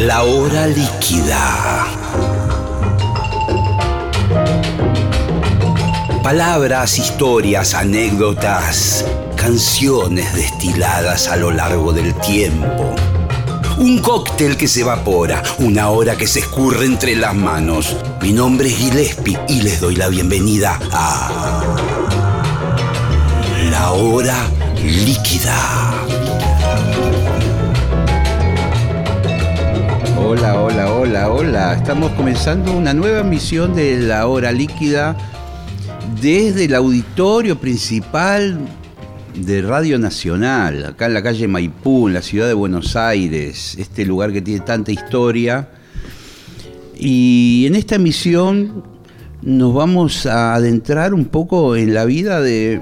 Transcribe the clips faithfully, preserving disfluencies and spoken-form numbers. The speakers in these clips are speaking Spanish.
La hora líquida. Palabras, historias, anécdotas, canciones destiladas a lo largo del tiempo. Un cóctel que se evapora, una hora que se escurre entre las manos. Mi nombre es Gillespie y les doy la bienvenida a La hora líquida. Hola, hola, hola, hola. Estamos comenzando una nueva emisión de La hora líquida desde el auditorio principal de Radio Nacional, acá en la calle Maipú, en la ciudad de Buenos Aires, este lugar que tiene tanta historia. Y en esta emisión nos vamos a adentrar un poco en la vida de,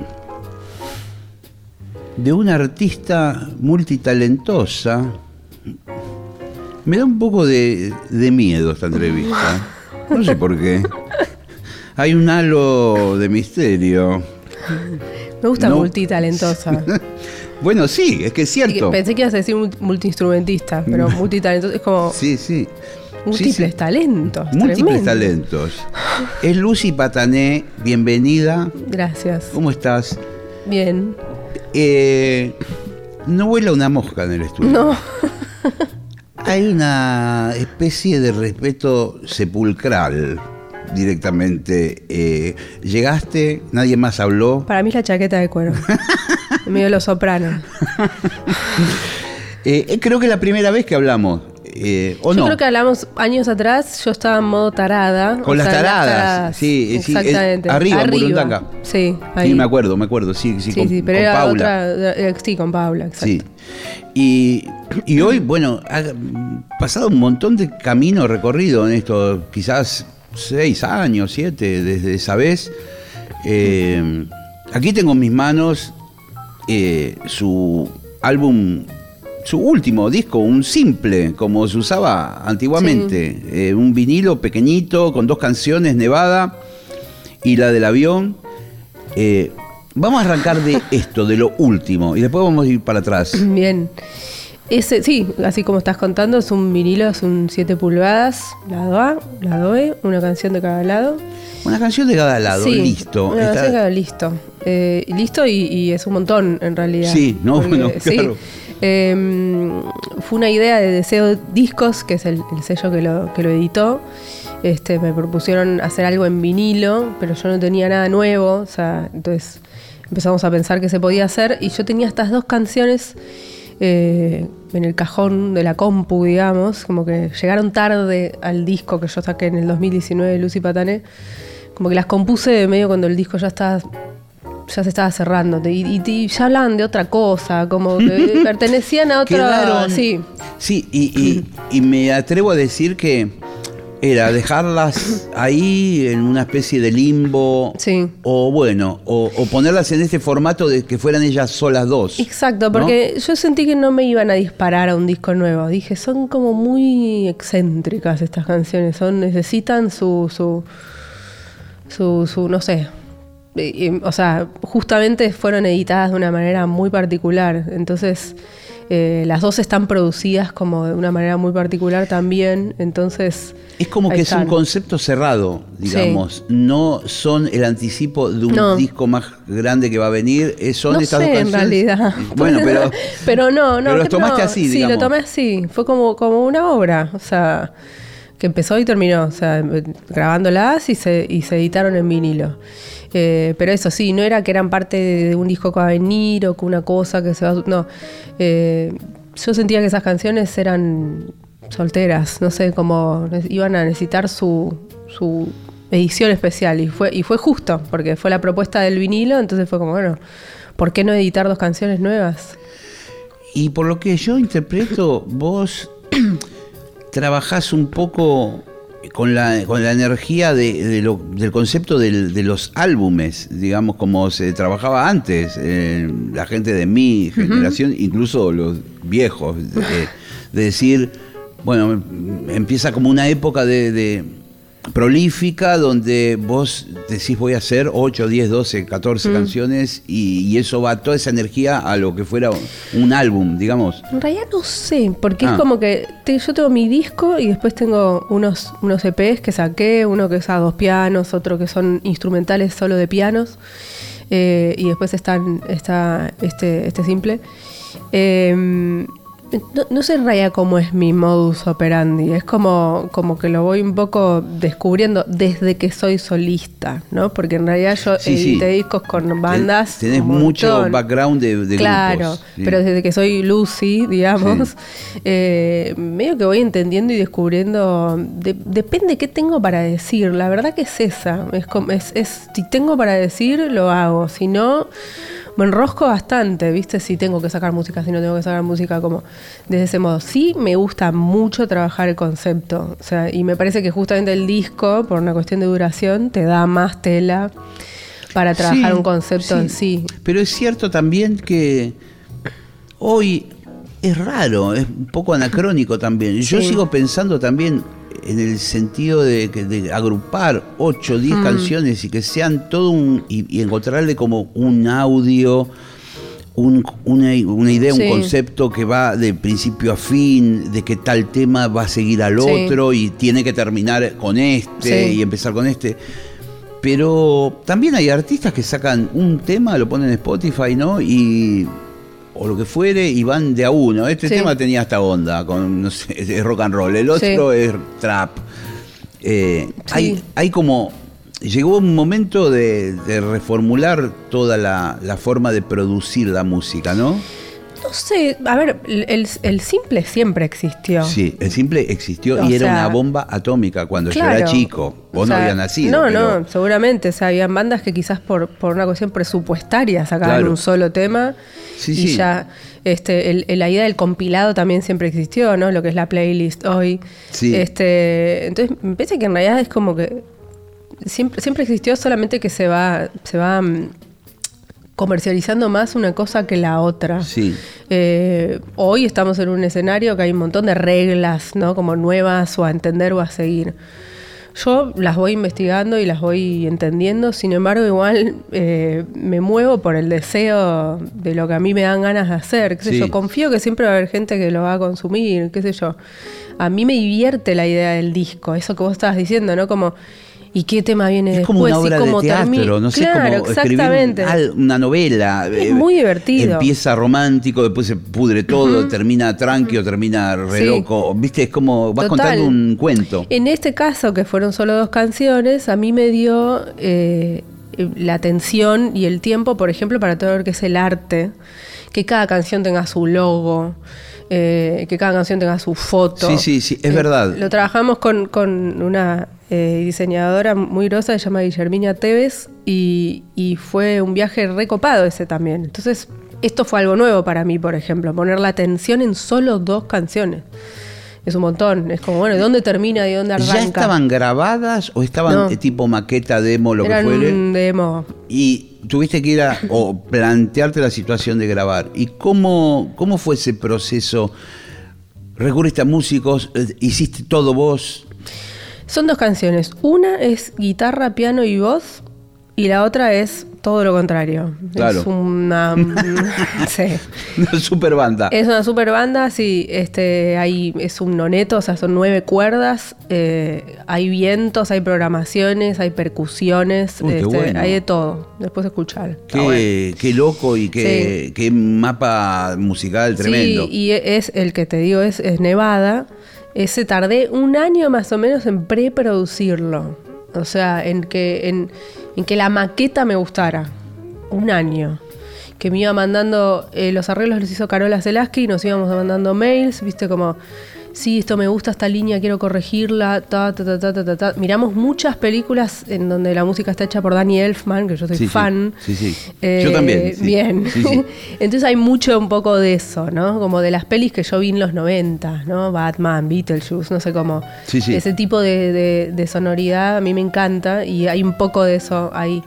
de una artista multitalentosa. Me da un poco de, de miedo esta entrevista, no sé por qué. Hay un halo de misterio. Me gusta no. Multitalentosa. Bueno, sí, es que es cierto. Pensé que ibas a decir multiinstrumentista, pero multitalentosa es como... Sí, sí. Múltiples sí, sí. talentos. Múltiples tremendo. talentos. Es Lucy Patané, bienvenida. Gracias. ¿Cómo estás? Bien. Eh, no vuela una mosca en el estudio. No. Hay una especie de respeto sepulcral directamente. Eh, llegaste, nadie más habló. Para mí es la chaqueta de cuero. En medio de Los Sopranos. eh, creo que es la primera vez que hablamos. Eh, ¿o yo no? creo que hablamos años atrás, yo estaba en modo tarada. Con las sea, taradas, las taradas. sí, sí, exactamente. Es, arriba, arriba. en Burundanga. Sí, ahí. Sí, me acuerdo, me acuerdo, sí, sí, sí, con, sí, pero con era Paula. otra, eh, sí, con Paula, exacto. Sí. Y, y hoy, bueno, ha pasado un montón de camino recorrido en esto, quizás seis años, siete, desde esa vez. Eh, aquí tengo en mis manos eh, su álbum, su último disco, un simple, como se usaba antiguamente. Sí. Eh, un vinilo pequeñito con dos canciones, Nevada y la del avión. Eh, vamos a arrancar de esto, de lo último, y después vamos a ir para atrás. Bien. Ese, sí, así como estás contando, es un vinilo, es un siete pulgadas, lado A, lado B, una canción de cada lado. Una canción de cada lado, sí, listo. Una Está... canción de cada listo. Eh, listo y, y es un montón en realidad. Sí, no, porque, no, claro. Sí, eh, fue una idea de Deseo Discos, que es el, el sello que lo, que lo editó. Este, me propusieron hacer algo en vinilo, pero yo no tenía nada nuevo, o sea, entonces empezamos a pensar que se podía hacer y yo tenía estas dos canciones eh, en el cajón de la compu, digamos, como que llegaron tarde al disco que yo saqué en el dos mil diecinueve de Lucy Patané, como que las compuse de medio cuando el disco ya estaba, ya se estaba cerrando y, y, y ya hablaban de otra cosa, como que pertenecían a otro... Quedaron, sí, sí y, y, y me atrevo a decir que era dejarlas ahí en una especie de limbo, sí. o bueno, o, o ponerlas en este formato de que fueran ellas solas dos. Exacto, porque ¿no? Yo sentí que no me iban a disparar a un disco nuevo. Dije, son como muy excéntricas estas canciones, son necesitan su, su, su, su no sé, y, y, o sea, justamente fueron editadas de una manera muy particular, entonces... Eh, las dos están producidas como de una manera muy particular también, entonces... Es como que están. Es un concepto cerrado, digamos. Sí. No son el anticipo de un no. disco más grande que va a venir. Son no estas sé, dos canciones. En realidad. Bueno, pero... pero no, no. Pero los tomaste no, así, sí, digamos. Sí, lo tomé así. Fue como, como una obra, o sea, que empezó y terminó. O sea, grabándolas y se, y se editaron en vinilo. Eh, pero eso sí, no era que eran parte de un disco que va a venir o que una cosa que se va a... No, eh, yo sentía que esas canciones eran solteras, no sé, como iban a necesitar su, su edición especial y fue, y fue justo, porque fue la propuesta del vinilo, entonces fue como, bueno, ¿por qué no editar dos canciones nuevas? Y por lo que yo interpreto, vos trabajás un poco... Con la, con la energía de, de lo, del concepto del, de los álbumes, digamos, como se trabajaba antes, eh, la gente de mi generación, uh-huh. incluso los viejos, de, de decir, bueno, empieza como una época de, de, prolífica, donde vos decís voy a hacer ocho, diez, doce, catorce mm. canciones y, y eso va toda esa energía a lo que fuera un álbum, digamos. En realidad no sé, porque ah. es como que te, yo tengo mi disco y después tengo unos, unos E Pes que saqué, uno que es a dos pianos, otro que son instrumentales solo de pianos, eh, y después están, está este, este simple. Eh, No, no sé en realidad cómo es mi modus operandi, es como, como que lo voy un poco descubriendo desde que soy solista, ¿no? Porque en realidad yo sí, edité sí. discos con bandas. Tenés mucho background de, de claro, grupos. Sí. Pero desde que soy Lucy, digamos, sí. eh, medio que voy entendiendo y descubriendo, de, depende qué tengo para decir, la verdad que es esa, es, es, es si tengo para decir, lo hago, si no... Me enrosco bastante, ¿viste? Si tengo que sacar música, si no tengo que sacar música, como desde ese modo. Sí me gusta mucho trabajar el concepto, o sea, y me parece que justamente el disco, por una cuestión de duración, te da más tela para trabajar sí, un concepto sí. en sí. Pero es cierto también que hoy es raro, es un poco anacrónico también. Yo sí. sigo pensando también en el sentido de, de agrupar ocho o diez mm. canciones y que sean todo un... Y, y encontrarle como un audio, un, una, una idea, sí. un concepto que va de principio a fin, de que tal tema va a seguir al sí. otro y tiene que terminar con este sí. y empezar con este. Pero también hay artistas que sacan un tema, lo ponen en Spotify, ¿no? Y... o lo que fuere, y van de a uno. Este sí. tema tenía esta onda, con, no sé, es rock and roll, el otro sí. es trap. Eh, sí. hay, hay como... Llegó un momento de, de reformular toda la, la forma de producir la música, ¿no? No sé, a ver, el, el simple siempre existió. Sí, el simple existió o y era sea, una bomba atómica cuando claro, yo era chico. Vos o sea, no habías nacido. No, pero... no, seguramente. O sea, habían bandas que quizás por, por una cuestión presupuestaria sacaban claro. un solo tema. Sí, y sí. ya este, el, el, la idea del compilado también siempre existió, ¿no? Lo que es la playlist hoy. Sí. Este, entonces, me parece que en realidad es como que siempre, siempre existió, solamente que se va, se va comercializando más una cosa que la otra. Sí. Eh, hoy estamos en un escenario que hay un montón de reglas, ¿no? Como nuevas o a entender o a seguir. Yo las voy investigando y las voy entendiendo, sin embargo igual eh, me muevo por el deseo de lo que a mí me dan ganas de hacer, qué sé sí. yo, confío que siempre va a haber gente que lo va a consumir, qué sé yo. A mí me divierte la idea del disco, eso que vos estabas diciendo, ¿no? Como, ¿y qué tema viene es después? Es como una obra de teatro, termina? no sé, claro, como escribir un, una novela. Es muy divertido. Empieza romántico, después se pudre todo, uh-huh. termina tranqui o termina re sí. loco. Viste, es como vas Total. contando un cuento. En este caso, que fueron solo dos canciones, a mí me dio eh, la atención y el tiempo, por ejemplo, para todo lo que es el arte, que cada canción tenga su logo. Eh, que cada canción tenga su foto. Sí, sí, sí, es eh, verdad. Lo trabajamos con, con una eh, diseñadora muy grosa, se llama Guillermina Tevez, y, y fue un viaje recopado ese también. Entonces, esto fue algo nuevo para mí, por ejemplo, poner la atención en solo dos canciones. Es un montón, es como, bueno, ¿de dónde termina y de dónde arranca? ¿Ya estaban grabadas o estaban no. eh, tipo maqueta, demo, lo Eran que fuere? un demo. Y tuviste que ir a o plantearte la situación de grabar. ¿Y cómo, cómo fue ese proceso? ¿Recurriste a músicos? ¿Hiciste todo vos? Son dos canciones. Una es guitarra, piano y voz, y la otra es todo lo contrario. Claro. Es una... sí. Una super banda. Es una super banda, sí. Este, hay, es un noneto, o sea, son nueve cuerdas. Eh, hay vientos, hay programaciones, hay percusiones. Uy, este, bueno. Hay de todo. Después de escuchar. Qué, bueno. qué loco y qué, sí. qué mapa musical tremendo. Sí, y es el que te digo, es, es Nevada. Ese tardé un año más o menos en preproducirlo. O sea, en que... En, en que la maqueta me gustara. Un año. Que me iba mandando, eh, los arreglos los hizo Carola Zelaski y nos íbamos mandando mails, viste, como, sí, esto me gusta, esta línea, quiero corregirla, ta, ta, ta, ta, ta, ta, ta. Miramos muchas películas en donde la música está hecha por Danny Elfman, que yo soy sí, fan. Sí, sí. sí. Eh, yo también. Sí. Bien. Sí, sí. Entonces hay mucho un poco de eso, ¿no? Como de las pelis que yo vi en los noventa, ¿no? Batman, Beetlejuice, no sé cómo. Sí, sí. Ese tipo de, de, de sonoridad a mí me encanta y hay un poco de eso ahí.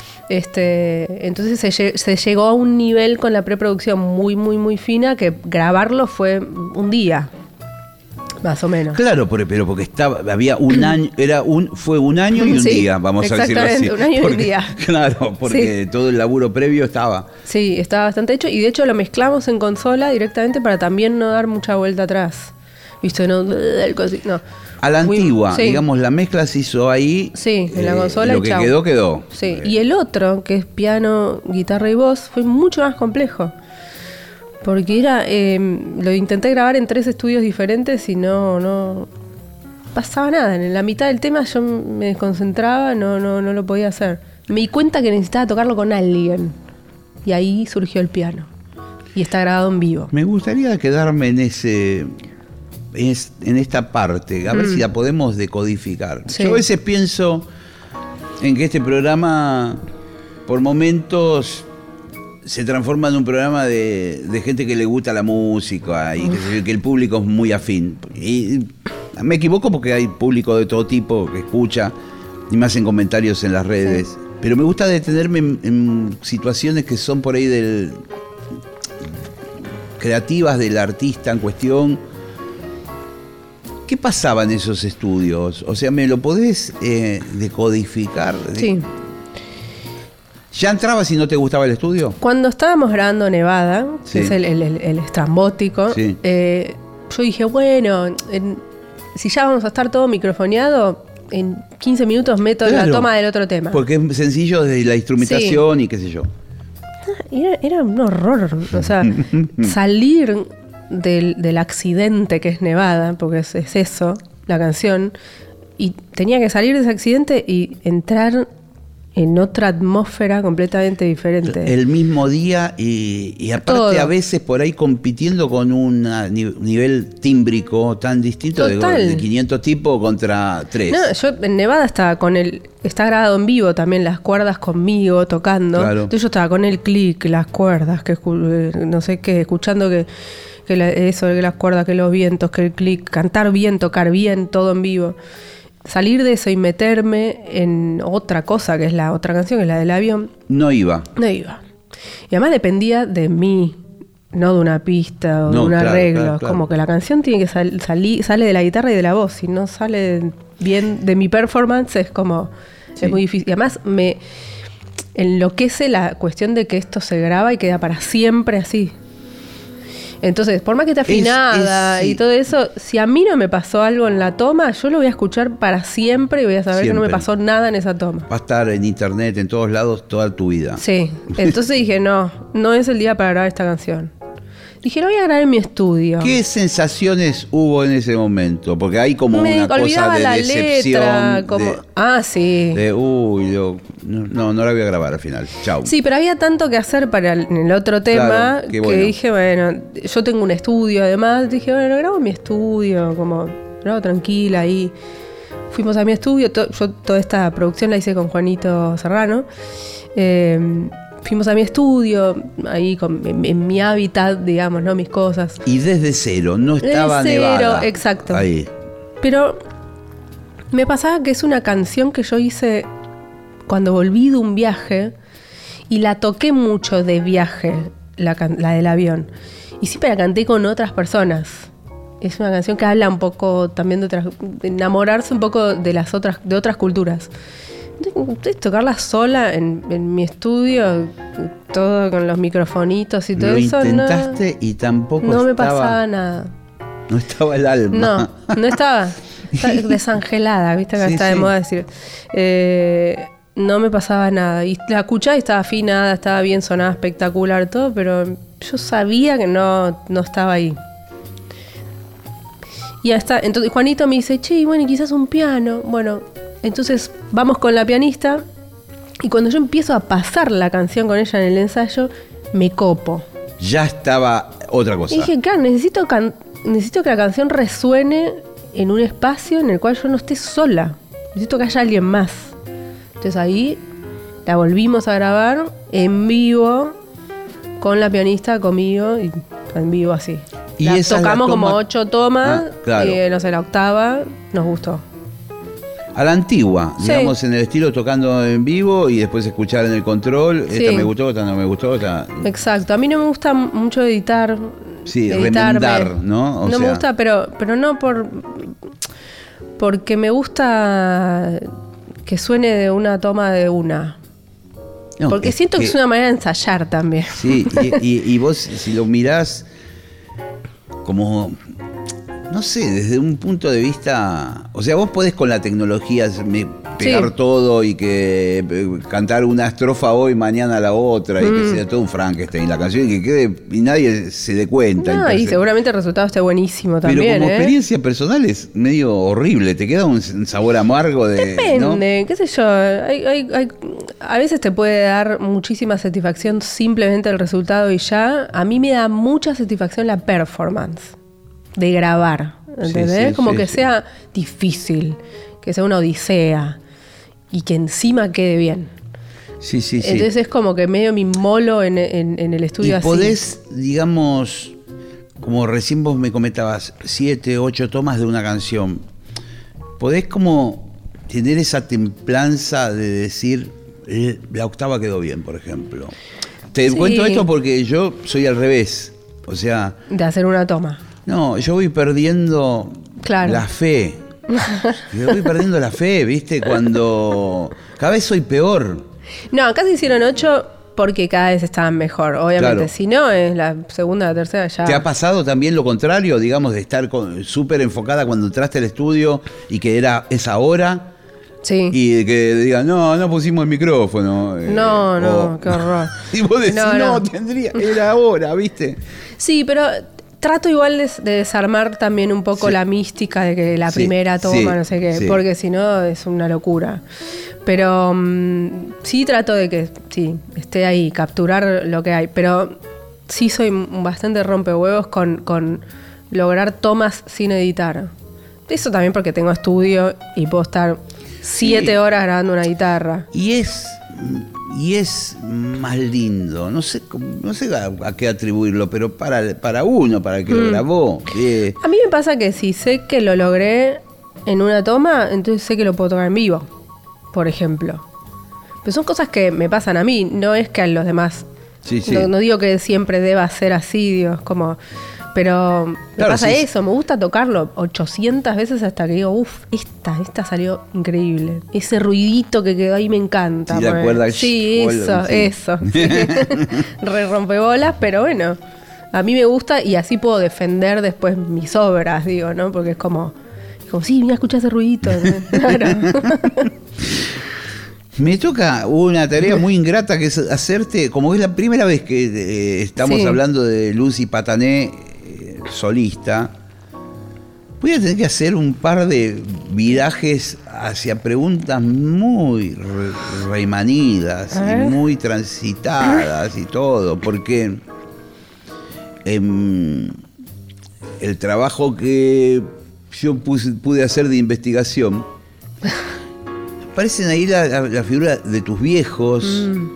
Este, entonces se, se llegó a un nivel con la preproducción muy, muy, muy fina que grabarlo fue un día. Más o menos. Claro, pero, pero porque estaba, había un año, era un, fue un año y un Sí, día, vamos a decirlo así. exactamente, un año y un Porque- día. Claro, porque Sí. todo el laburo previo estaba. Sí, estaba bastante hecho y de hecho lo mezclamos en consola directamente para también no dar mucha vuelta atrás. ¿Viste? No, el cosi- no. A la Muy- antigua, sí. digamos, la mezcla se hizo ahí. Sí, en la eh, consola Lo y que chau. quedó, quedó. Sí, Eh, y el otro, que es piano, guitarra y voz, fue mucho más complejo. Porque era, eh, lo intenté grabar en tres estudios diferentes y no, no pasaba nada. En la mitad del tema yo me desconcentraba, no, no, no lo podía hacer. Me di cuenta que necesitaba tocarlo con alguien. Y ahí surgió el piano. Y está grabado en vivo. Me gustaría quedarme en ese. es- en esta parte, a ver Mm. si la podemos decodificar. Sí. Yo a veces pienso en que este programa, por momentos, se transforma en un programa de, de gente que le gusta la música y que, que el público es muy afín. Y me equivoco porque hay público de todo tipo que escucha y me hacen comentarios en las redes. Sí. Pero me gusta detenerme en, en situaciones que son por ahí del creativas del artista en cuestión. ¿Qué pasaba en esos estudios? O sea, ¿me lo podés eh, decodificar? Sí. ¿Ya entrabas y no te gustaba el estudio? Cuando estábamos grabando Nevada, Sí. que es el, el, el- el estrambótico, Sí. eh, yo dije, bueno, en- si ya vamos a estar todo microfoneado, en quince minutos meto Claro. la toma del otro tema. Porque es sencillo desde la instrumentación y qué sé yo. Y Era, era un horror. O sea, salir del, del accidente que es Nevada, porque es, es eso, la canción, y tenía que salir de ese accidente y entrar en otra atmósfera completamente diferente. El mismo día y, y aparte Todo. a veces por ahí compitiendo con un nivel tímbrico tan distinto de, Total. de quinientos tipos contra tres. No, yo en Nevada estaba con el. Está grabado en vivo también, las cuerdas conmigo tocando. Claro. Entonces yo estaba con el clic, las cuerdas, que escu- eh, no sé qué, escuchando que, que la- eso, que las cuerdas, que los vientos, que el clic, cantar bien, tocar bien, todo en vivo. Salir de eso y meterme en otra cosa, que es la otra canción, que es la del avión, No iba. no iba. Y además dependía de mí, no de una pista o No, de un claro, arreglo. claro, claro. Como que la canción tiene que sal- salir, sale de la guitarra y de la voz. Si no sale bien de mi performance, es como. Sí. Es muy difícil. Y además me enloquece la cuestión de que esto se graba y queda para siempre así. Entonces, por más que esté Es- afinada es- sí. y todo eso, si a mí no me pasó algo en la toma, yo lo voy a escuchar para siempre y voy a saber que no me Siempre. pasó nada en esa toma. Va a estar en internet, en todos lados, toda tu vida. Sí, entonces dije, no, no es el día para grabar esta canción. Dije, lo voy a grabar en mi estudio. ¿Qué sensaciones hubo en ese momento? Porque hay como Me una cosa olvidaba de la decepción. letra, como... de, Ah, sí. de, uy, yo, no, no, no la voy a grabar al final. Chau. Sí, pero había tanto que hacer para el, en el otro tema Claro, qué que bueno. dije, bueno, yo tengo un estudio además, dije, bueno, lo grabo en mi estudio, como, grabo tranquila ahí. Fuimos a mi estudio, to- yo toda esta producción la hice con Juanito Serrano. Eh, fuimos a mi estudio, ahí con- en, en mi hábitat, digamos, ¿no? Mis cosas. Y desde cero, no Desde estaba cero, nevada. exacto. Ahí. Pero me pasaba que es una canción que yo hice cuando volví de un viaje y la toqué mucho de viaje, la, can- la del avión. Y siempre la canté con otras personas. Es una canción que habla un poco también de otras, de enamorarse un poco de las otras, de otras culturas. Entonces, tocarla sola en, en mi estudio, todo con los microfonitos y todo Lo eso, no- intentaste y tampoco no me estaba, pasaba nada. no estaba el alma. No, no estaba. Estaba desangelada, ¿viste? Que Sí, está de sí. moda decir. Eh, no me pasaba nada. Y la escuchaba y estaba afinada, estaba bien sonada, espectacular, todo, pero yo sabía que no, no estaba ahí. Y hasta, entonces Juanito me dice, che, bueno, y quizás un piano. Bueno, entonces vamos con la pianista. Y cuando yo empiezo a pasar la canción con ella en el ensayo, me copo. Ya estaba otra cosa. Y dije, claro, necesito, can- necesito que la canción resuene en un espacio en el cual yo no esté sola. Necesito que haya alguien más. Entonces ahí la volvimos a grabar en vivo con la pianista, conmigo, y en vivo así. Y La esa es la tocamos como toma- ocho tomas, Ah, claro. y no sé, la octava nos gustó. A la antigua, Sí. digamos, en el estilo tocando en vivo y después escuchar en el control. Sí. Esta me gustó, esta no me gustó, esta... Exacto. A mí no me gusta mucho editar. Sí, editarme. remendar, ¿no? O no sea, me gusta, pero, pero no por porque me gusta que suene de una toma de una. no, Porque es siento que, que es una manera de ensayar también. Sí, y, y- y vos si lo mirás como, no sé, desde un punto de vista, o sea, vos podés con la tecnología me- pegar Sí. todo y que eh, cantar una estrofa hoy, mañana la otra, y Mm. que sea todo un Frankenstein la canción y que quede y nadie se dé cuenta. No, y Entonces- seguramente el resultado esté buenísimo pero también. como ¿eh? experiencia personal es medio horrible, te queda un, un sabor amargo de. ¿no? Depende, qué sé yo. Hay- hay- hay- a veces te puede dar muchísima satisfacción simplemente el resultado y ya. A mí me da mucha satisfacción la performance de grabar. ¿Entendés? Sí, sí, Como sí, que sí. sea difícil, que sea una odisea y que encima quede bien. Sí, sí, sí. Entonces es como que medio me inmolo en, en- en el Y estudio así. podés, digamos, como recién vos me comentabas, siete, ocho tomas de una canción. Podés como tener esa templanza de decir, eh, la octava quedó bien, por ejemplo. Te Sí. cuento esto porque yo soy al revés. O sea, De hacer una toma. no, yo voy perdiendo Claro. la fe. Yo voy perdiendo la fe, ¿viste? Cuando cada vez soy peor. No, acá se hicieron ocho porque cada vez estaban mejor. Obviamente, Claro. si no, es la segunda, la tercera ya. ¿Te ha pasado también lo contrario, digamos, de estar con- súper enfocada cuando entraste al estudio y que era esa hora Sí. y de que digan, no, no pusimos el micrófono? eh, No, no, o- qué horror. Y vos decís, No, no, no. tendría, era ahora, ¿viste? Sí, pero trato igual de, de desarmar también un poco Sí. la mística de que la Sí, primera toma, sí, no sé qué, sí. porque si no es una locura. Pero mm, sí trato de que sí esté ahí, capturar lo que hay. Pero sí soy bastante rompehuevos con, con lograr tomas sin editar. Eso también porque tengo estudio y puedo estar siete Sí. horas grabando una guitarra. Y es, y es más lindo, no sé, cómo- no sé a, a qué atribuirlo, pero para, para uno, para el que Mm. lo grabó. eh, A mí me pasa que si sé que lo logré en una toma, entonces sé que lo puedo tocar en vivo, por ejemplo. Pero son cosas que me pasan a mí, no es que a los demás. Sí, sí. No, no digo que siempre deba ser así, digo, es como... Pero me Claro, pasa sí, sí. eso, me gusta tocarlo ochocientas veces hasta que digo, uff, esta, esta salió increíble. Ese ruidito que quedó ahí me encanta. Sí, la pues. cuerda, Sí, shh, eso, bola, sí. eso. sí. Re rompebolas, pero bueno, a mí me gusta y así puedo defender después mis obras, digo, ¿no? Porque es como, como sí, mira, escucha ese ruidito. ¿no? Claro. Me toca una tarea muy ingrata que es hacerte, como es la primera vez que eh, estamos Sí. hablando de Lucy Patané, eh, solista, voy a tener que hacer un par de virajes hacia preguntas muy re- remanidas A y ver. muy transitadas y todo, porque em, el trabajo que yo puse- pude hacer de investigación, aparecen ahí la, la- la figura de tus viejos Mm.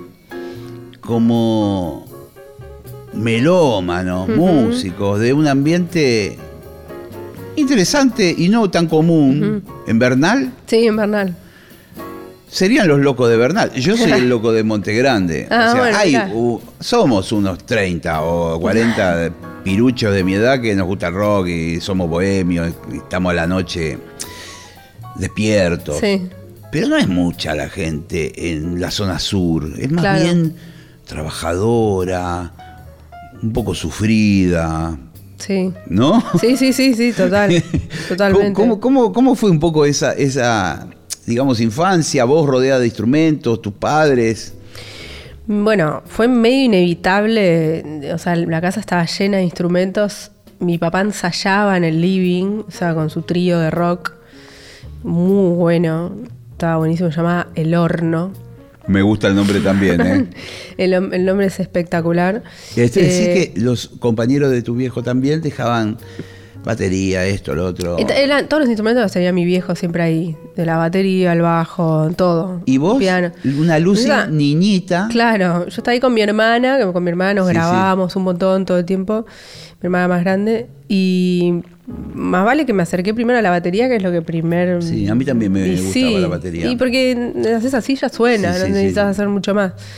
como melómanos, Ujú. músicos, de un ambiente interesante y no tan común. En Bernal Sí, en Bernal. serían los locos de Bernal. Yo soy el loco de Montegrande. Ah, o sea, bueno, hay, mirá. u- somos unos treinta o cuarenta piruchos de mi edad que nos gusta el rock y somos bohemios, y estamos a la noche despiertos. Sí. Pero no es mucha la gente en la zona sur, es más Claro. bien trabajadora, un poco sufrida, Sí. ¿no? Sí, sí, sí, sí, total. Totalmente. ¿Cómo, cómo, cómo fue un poco esa, esa, digamos, infancia, vos rodeada de instrumentos, tus padres? Bueno, fue medio inevitable, o sea, la casa estaba llena de instrumentos, mi papá ensayaba en el living, o sea, con su trío de rock, muy bueno, estaba buenísimo, se llamaba El Horno, Me gusta el nombre también, ¿eh? el, hom- el nombre es espectacular. Este, decís Eh, que los compañeros de tu viejo también dejaban batería, esto, lo otro. et- eran- todos los instrumentos los tenía mi viejo siempre ahí, de la batería, el bajo, todo. ¿Y vos? Piano. Una Lucy Esa- niñita. Claro, yo estaba ahí con mi hermana, que con mi hermana nos Sí, grabábamos un montón todo el tiempo, mi hermana más grande, y más vale que me acerqué primero a la batería, que es lo que primer... Sí, a mí también me y gustaba sí, la batería. Y porque haces así ya suena, Sí, no sí, necesitas sí. hacer mucho más.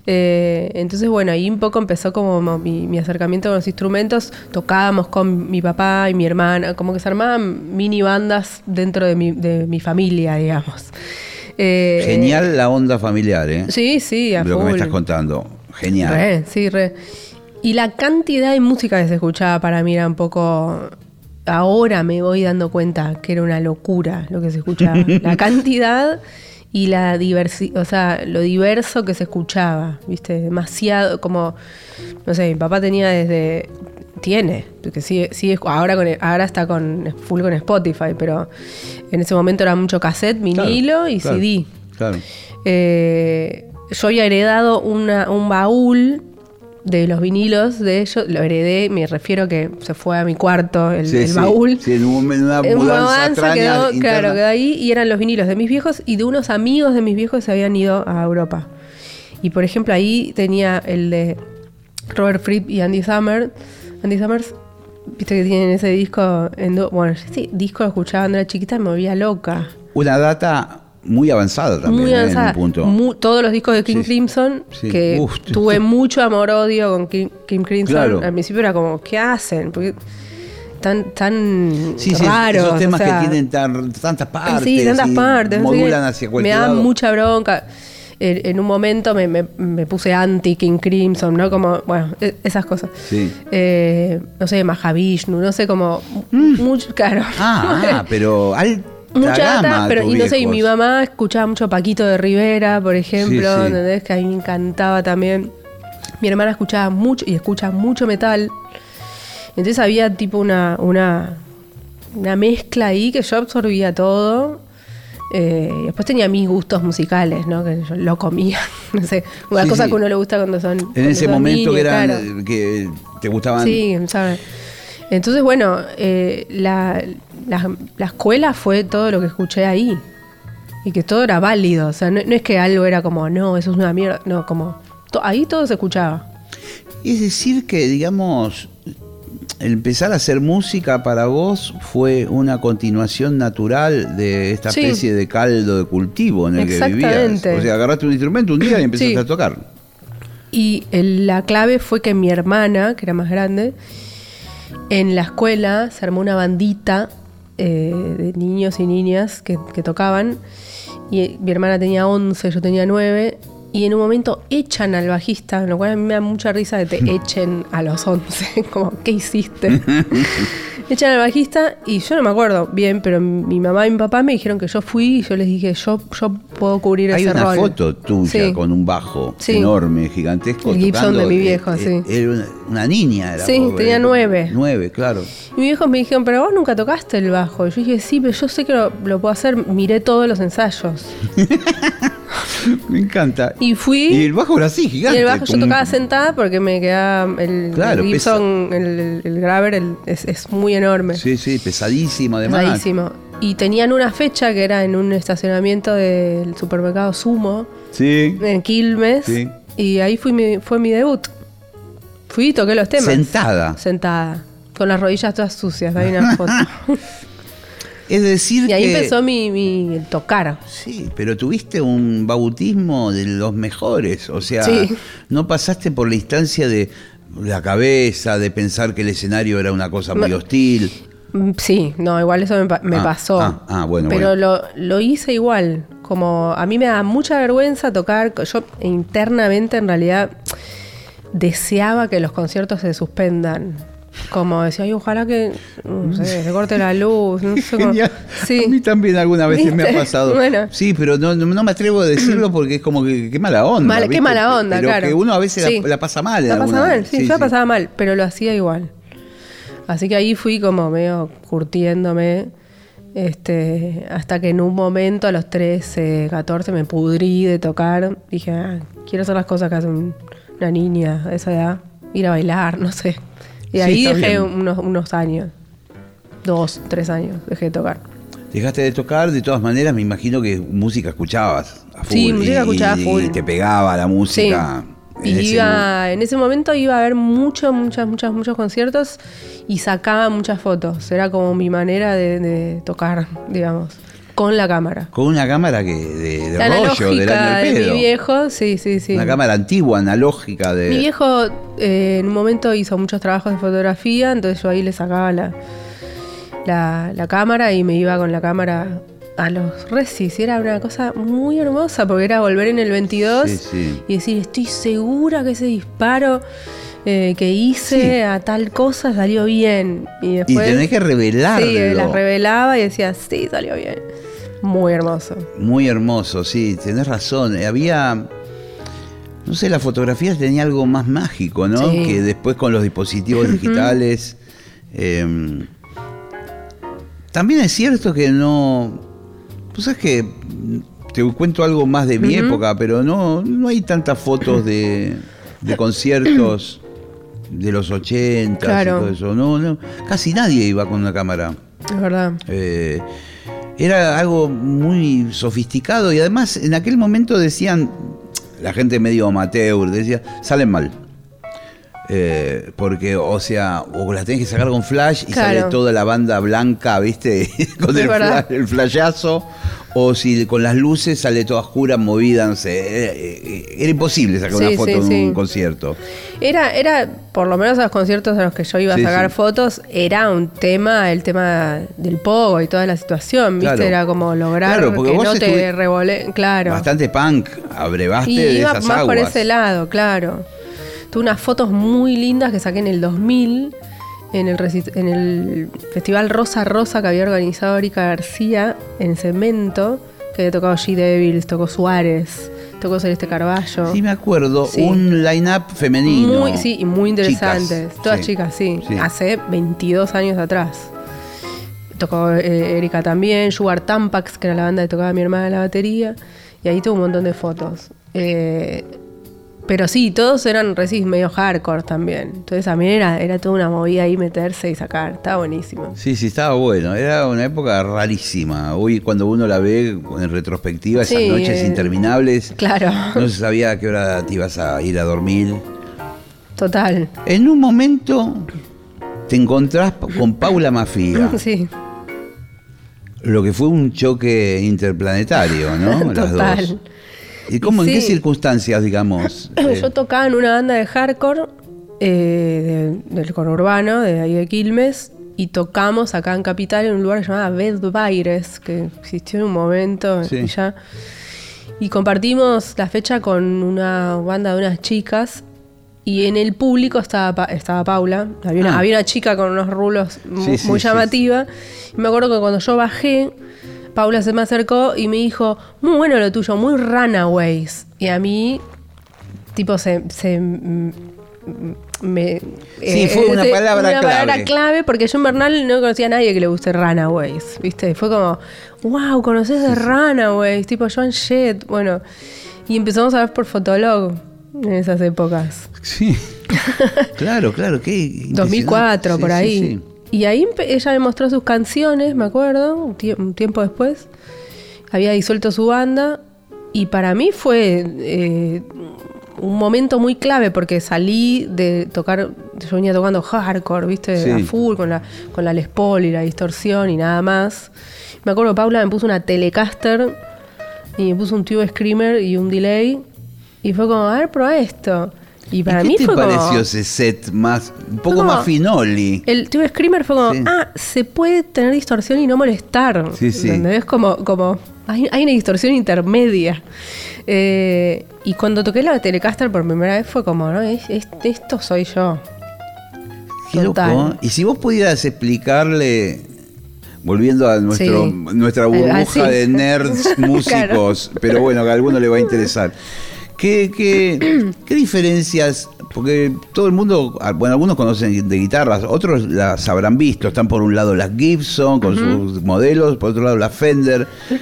Eh, entonces, bueno, ahí un poco empezó como mi, mi acercamiento con los instrumentos. Tocábamos con mi papá y mi hermana, como que se armaban mini bandas dentro de mi, de mi familia, digamos. Eh, Genial la onda familiar, ¿eh? Sí, sí, a Lo que me full. estás contando. Genial. Re, sí, re. Y la cantidad de música que se escuchaba para mí era un poco... Ahora me voy dando cuenta que era una locura lo que se escuchaba. La cantidad y la diversidad, o sea, lo diverso que se escuchaba, ¿viste? Demasiado, como, no sé, mi papá tenía desde... Tiene, porque sigue, sigue ahora, con, ahora está con full con Spotify, pero en ese momento era mucho cassette, vinilo Claro, y claro, C D. Claro. Eh, yo había heredado una, un baúl de los vinilos de ellos, lo heredé, me refiero que se fue a mi cuarto el, Sí, el sí, baúl. sí, en un- en una En mudanza mudanza extraña, quedó, interna. claro, quedó ahí y eran los vinilos de mis viejos y de unos amigos de mis viejos que se habían ido a Europa. Y por ejemplo ahí tenía el de Robert Fripp y Andy Summers. Andy Summers, viste que tienen ese disco, en do- bueno, ese disco lo escuchaba cuando era chiquita y me volvía loca. Una data muy avanzada también, Muy ¿eh? avanzada. En un punto. Mu- todos los discos de King Sí, Crimson, sí. que Uf. tuve mucho amor-odio con King, King Crimson. Claro. Al principio era como, ¿qué hacen? Porque tan, tan Sí, sí, raros. esos temas o sea, que tienen tan- tantas partes. Sí, tantas y partes. no sé modulan qué. hacia Me cualquier da lado. mucha bronca. En, en un momento me, me, me puse anti King Crimson, ¿no? Como, bueno, e- esas cosas. Sí. Eh, no sé, Mahavishnu, no sé, como... Mucho, claro. Ah, ah, pero alta Mucha gama, data, pero tus y no sé, y viejos. mi mamá escuchaba mucho Paquito de Rivera, por ejemplo, Sí, sí. ¿entendés? Que a mí me encantaba también. Mi hermana escuchaba mucho y escucha mucho metal. Entonces había tipo una, una, una mezcla ahí que yo absorbía todo. Eh, y después tenía mis gustos musicales, ¿no? Que yo lo comía. No sé, una Sí, cosa sí. que a uno le gusta cuando son. En cuando ese son momento niños, que eran, claro. que te gustaban. Sí, ¿sabes? Entonces, bueno, eh, la, la, la escuela fue todo lo que escuché ahí. Y que todo era válido. O sea, no, no es que algo era como, no, eso es una mierda. No, como, to- ahí todo se escuchaba. Es decir que, digamos, el empezar a hacer música para vos fue una continuación natural de esta Sí. especie de caldo de cultivo en el que vivías. Exactamente. O sea, agarraste un instrumento un día y empezaste Sí. a tocar. Y el- la clave fue que mi hermana, que era más grande, en la escuela se armó una bandita eh, de niños y niñas que, que tocaban. Y eh, mi hermana tenía once, yo tenía nueve. Y en un momento echan al bajista, lo cual a mí me da mucha risa que te echen a los once. Como, ¿qué hiciste? Echan al bajista y yo no me acuerdo bien, pero mi mamá y mi papá me dijeron que yo fui y yo les dije, yo, yo puedo cubrir Hay ese una rol. foto tuya Sí. con un bajo Sí. enorme, gigantesco. El Gibson tocando. de mi viejo, Eh, sí. Era una, una niña. Era Sí, pobre. tenía nueve. Nueve, claro. Y mis viejos me dijeron, pero vos nunca tocaste el bajo. Y yo dije, sí, pero yo sé que lo, lo puedo hacer. Miré todos los ensayos. Me encanta. Y fui. Y el bajo era así, Y gigante. el bajo yo como- tocaba sentada porque me quedaba el, Claro, el Gibson, el, el, el Graver, el- es, es muy enorme. Sí, sí, pesadísimo además. Pesadísimo. Y tenían una fecha que era en un estacionamiento del supermercado Sumo, Sí. en Quilmes. Sí. Y ahí fui mi, fue mi debut. Fui y toqué los temas. Sentada. Sentada. Con las rodillas todas sucias. Hay una foto. Es decir Y ahí que... empezó mi, mi tocar. Sí, pero tuviste un bautismo de los mejores. O sea, Sí. no pasaste por la instancia de la cabeza, de pensar que el escenario era una cosa muy Me- hostil. Mm, Sí, no, igual eso me, pa- me Ah, pasó. ah, ah, bueno, Pero bueno. Lo, lo hice igual. Como a mí me da mucha vergüenza tocar. Yo internamente en realidad deseaba que los conciertos se suspendan. Como decía, ay, ojalá que no sé, se corte la luz. No sé cómo. Genial. Sí. A mí también alguna vez me ha ¿Viste? pasado. Bueno. Sí, pero no, no, no me atrevo a decirlo porque es como que qué mala onda. Mala- qué ¿viste? mala onda, pero claro. que uno a veces Sí. la, la pasa mal. en La pasa alguna- mal, sí, yo la pasaba mal, pero lo hacía igual. Así que ahí fui como medio curtiéndome, este, hasta que en un momento a los trece, catorce me pudrí de tocar. Dije, ah, quiero hacer las cosas que hace un- una niña a esa edad, ir a bailar, no sé. Y Sí, ahí está dejé bien. unos, unos años, dos, tres años, dejé de tocar. Dejaste de tocar, de todas maneras, me imagino que música escuchabas a full. Sí, música y- escuchaba y full. te pegaba la música. Y en ese iba, en ese momento iba a ver muchos, muchas, muchas, muchos conciertos y sacaba muchas fotos. Era como mi manera de, de tocar, digamos. con la cámara. Con una cámara que de, de La rollo, del año analógica del de pedo. mi viejo, sí, sí, sí. Una cámara antigua, analógica de... Mi viejo eh, en un momento hizo muchos trabajos de fotografía, entonces yo ahí le sacaba la, la, la cámara y me iba con la cámara a los recis. Era una cosa muy hermosa porque era volver en el veintidós Sí, sí. y decir, estoy segura que ese disparo eh, que hice Sí. a tal cosa salió bien. Y Y después tenés que revelarlo. sí, la revelaba y decía, sí, salió bien. Muy hermoso. Muy hermoso, sí, tenés razón. Había, no sé, la fotografía tenía algo más mágico, ¿no? Sí. Que después con los dispositivos digitales. eh, también es cierto que no... Tú sabes que te cuento algo más de mi Ujú. época, pero no, no hay tantas fotos de, de conciertos de los ochenta Claro. y todo eso. No, no, casi nadie iba con una cámara. Es verdad. Eh, era algo muy sofisticado y además en aquel momento decían, la gente medio amateur, decía, salen mal. Eh, porque, o sea, o la tenés que sacar con flash y Claro. sale toda la banda blanca, ¿viste? con Es el, verdad. flash, el flashazo. O si con las luces sale toda oscura, movida, no sé. Era, era imposible sacar Sí, una foto sí, en sí. un concierto. Era, era, por lo menos a los conciertos a los que yo iba a Sí, sacar sí. fotos, era un tema, el tema del pogo y toda la situación, ¿viste? Claro. Era como lograr Claro, porque que vos no te estuvi- revole... Claro. Bastante punk, abrevaste Y de iba esas más aguas. por ese lado, claro. Tuve unas fotos muy lindas que saqué en el dos mil, en el, reci- en el Festival Rosa Rosa que había organizado Erika García en Cemento, que había tocado G. Devils, tocó Suárez, tocó Celeste Carballo. Sí, me acuerdo, Sí. un line-up femenino. Muy, sí, y muy interesantes. Chicas, Todas sí. chicas, sí. Sí. Hace veintidós años atrás. Tocó eh, Erika también, Sugar Tampax, que era la banda que tocaba mi hermana en la batería. Y ahí tuve un montón de fotos. Eh, pero sí, todos eran recis medio hardcore también. Entonces también era, era toda una movida ahí meterse y sacar. Estaba buenísimo. Sí, sí, estaba bueno. Era una época rarísima. Hoy cuando uno la ve en retrospectiva, esas Sí, noches eh, interminables, Claro, no se sabía a qué hora te ibas a ir a dormir. total. En un momento te encontrás con Paula Mafia, Sí, lo que fue un choque interplanetario, ¿no? Las total. dos. ¿Y cómo, Y en qué sí. circunstancias, digamos? Eh, Yo tocaba en una banda de hardcore eh, de- del conurbano, de ahí de Quilmes, y tocamos acá en Capital en un lugar llamado Bed Baires, que existió en un momento Sí. y ya. Y compartimos la fecha con una banda de unas chicas. Y en el público estaba, Pa- estaba Paula. Había una, Ah. había una chica con unos rulos mu- Sí, sí, muy sí. llamativa. Y me acuerdo que cuando yo bajé, Paula se me acercó y me dijo, muy bueno lo tuyo, muy Runaways. Y a mí, tipo, se... se mm, me, Sí, fue una palabra una palabra clave. clave porque yo en Bernal no conocía a nadie que le guste Runaways, ¿viste? Fue como, wow, conoces de Runaways, tipo Joan Jett, bueno. Y empezamos a ver por Fotolog en esas épocas. Sí. Claro, claro. Qué dos mil cuatro, impresionante. por Sí, ahí. sí, sí. Y ahí empe- ella me mostró sus canciones, me acuerdo, un, tie- un tiempo después. Había disuelto su banda. Y para mí fue eh, un momento muy clave porque salí de tocar, yo venía tocando hardcore, ¿viste? Sí. A full, con la, con la Les Paul y la distorsión y nada más. Me acuerdo que Paula me puso una Telecaster y me puso un Tube Screamer y un delay. Y fue como, a ver, prueba esto. Y para ¿Y mí qué te fue pareció como... ese set más, un poco como- más finoli? El Tube Screamer fue como, Sí. ah, se puede tener distorsión y no molestar. Sí, sí. ¿Entendés? Como, como hay, hay una distorsión intermedia. Eh, y cuando toqué la Telecaster por primera vez fue como, ¿no? Es- es- esto soy yo. Qué Total. loco. Y si vos pudieras explicarle, volviendo a nuestro, Sí. nuestra Ah, burbuja sí. de nerds músicos, pero bueno, que a alguno le va a interesar. ¿Qué, qué, qué diferencias? Porque todo el mundo, bueno, algunos conocen de guitarras, otros las habrán visto. Están por un lado las Gibson con sus modelos, por otro lado las Fender.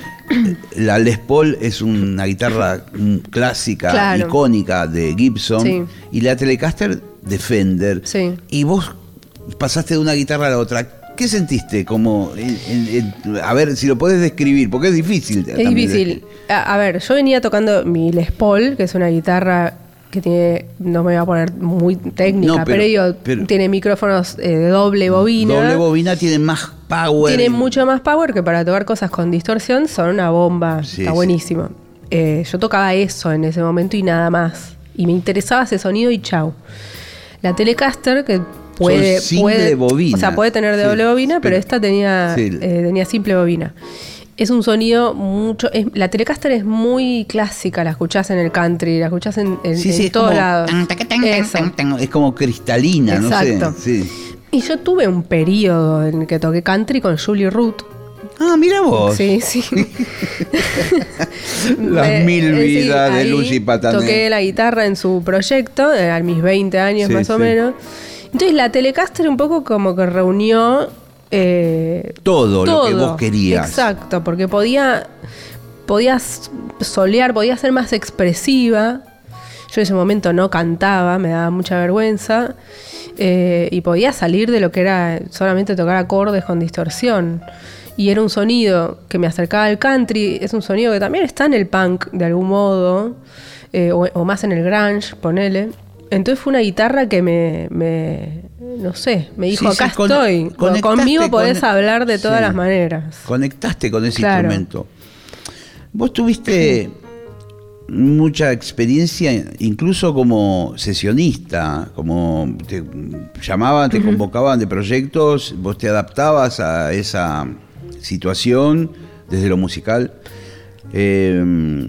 La Les Paul es una guitarra mm, clásica, Claro. icónica de Gibson. Sí. Y la Telecaster de Fender. Sí. Y vos pasaste de una guitarra a la otra. ¿Qué sentiste? Como, en- en- en- a ver, si lo podés describir, porque es difícil. Es también difícil. A, a ver, yo venía tocando mi Les Paul, que es una guitarra que tiene, no me voy a poner muy técnica, No, pero, pero- digo, pero- tiene micrófonos eh, de doble bobina. Doble bobina tiene más power. Tiene mucho más power que para tocar cosas con distorsión son una bomba. Sí, Está sí. buenísimo. Eh, yo tocaba eso en ese momento y nada más. Y me interesaba ese sonido y chau. La Telecaster, que puede... Son simple puede bobina. O sea, puede tener de Sí, doble bobina, pero pero- esta tenía, sí. eh, tenía simple bobina. Es un sonido mucho... es- la Telecaster es muy clásica, la escuchás en el country, la escuchás en, en, Sí, sí, en es todos como, lados. Eso. es como cristalina, Exacto. no sé. Sí. Y yo tuve un periodo en que toqué country con Julie Root. Ah, mira vos. Sí, sí. Las Me- mil eh, sí, vidas de ahí Lucy Patané. Toqué la guitarra en su proyecto, eh, a mis veinte años Sí, más o sí. menos. Entonces la Telecaster un poco como que reunió eh, Todo, lo que vos querías. Exacto, porque podía podías solear, podía ser más expresiva. Yo en ese momento no cantaba, me daba mucha vergüenza. eh, y podía salir de lo que era solamente tocar acordes con distorsión. Y era un sonido que me acercaba al country, es un sonido que también está en el punk de algún modo, eh, o, o más en el grunge, ponele. Entonces fue una guitarra que me, me no sé, me dijo, Sí, sí, acá con- estoy, conectaste conmigo podés con- hablar de todas sí. las maneras. Conectaste con ese Claro. instrumento. Vos tuviste mucha experiencia, incluso como sesionista, como te llamaban, te convocaban de proyectos, vos te adaptabas a esa situación desde lo musical. Eh,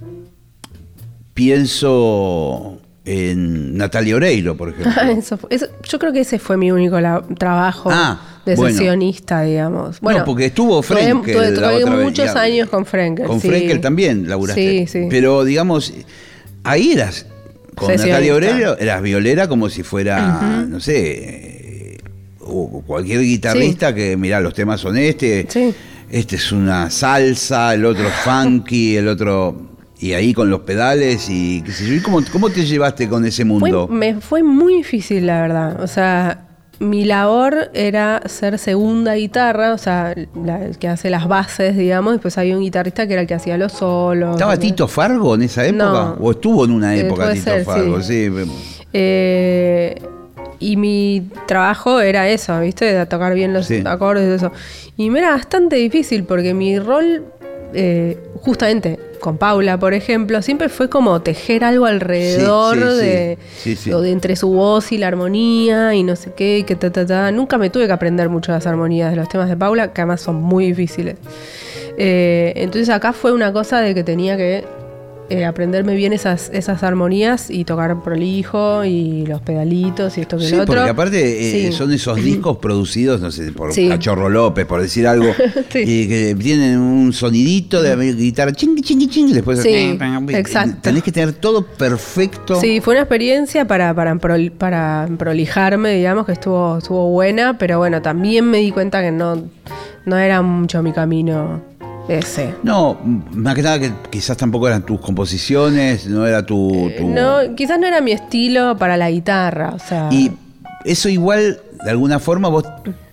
pienso en Natalia Oreiro, por ejemplo. Eso fue- eso- yo creo que ese fue mi único la- trabajo Ah, de bueno. sesionista, digamos. Bueno, no, porque estuvo tuve- Frenkel tuve- la tuve otra vez, muchos ya. años con Frenkel. Con sí. Frenkel también laburaste. Sí, sí. Pero digamos, ahí eras, con Sesionista. Natalia Oreiro, eras violera como si fuera, no sé, eh, o cualquier guitarrista que, mirá, los temas son este, Sí. este es una salsa, el otro es funky, el otro... Y ahí con los pedales y qué sé yo. ¿Y cómo, cómo te llevaste con ese mundo? Fue, me fue muy difícil, la verdad. O sea, mi labor era ser segunda guitarra, o sea, la que hace las bases, digamos. Después había un guitarrista que era el que hacía los solos. ¿Estaba ¿no? Tito Fargo en esa época? No. ¿O estuvo en una Eh, época puede Tito ser, Fargo? Sí. Eh, y mi trabajo era eso, ¿viste? De tocar bien los Sí. acordes y eso. Y me era bastante difícil porque mi rol, eh, justamente con Paula, por ejemplo, siempre fue como tejer algo alrededor Sí, sí, sí. de, Sí, sí. o de entre su voz y la armonía y no sé qué, y que ta, ta, ta. Nunca me tuve que aprender mucho las armonías de los temas de Paula, que además son muy difíciles. Eh, entonces acá fue una cosa de que tenía que eh, aprenderme bien esas, esas armonías y tocar prolijo y los pedalitos y esto que Sí, lo otro. porque aparte eh, Sí. son esos discos producidos, no sé, por Sí. Cachorro López, por decir algo, Sí. y que tienen un sonidito de guitarra, ching, ching, ching, y después... Sí, exacto. Tenés que tener todo perfecto. Sí, fue una experiencia para, para, prol- para prolijarme, digamos, que estuvo, estuvo buena, pero bueno, también me di cuenta que no, no era mucho mi camino ese. No, más que nada que quizás tampoco eran tus composiciones, no era tu... tu- No, quizás no era mi estilo para la guitarra, o sea... Y eso igual, de alguna forma, vos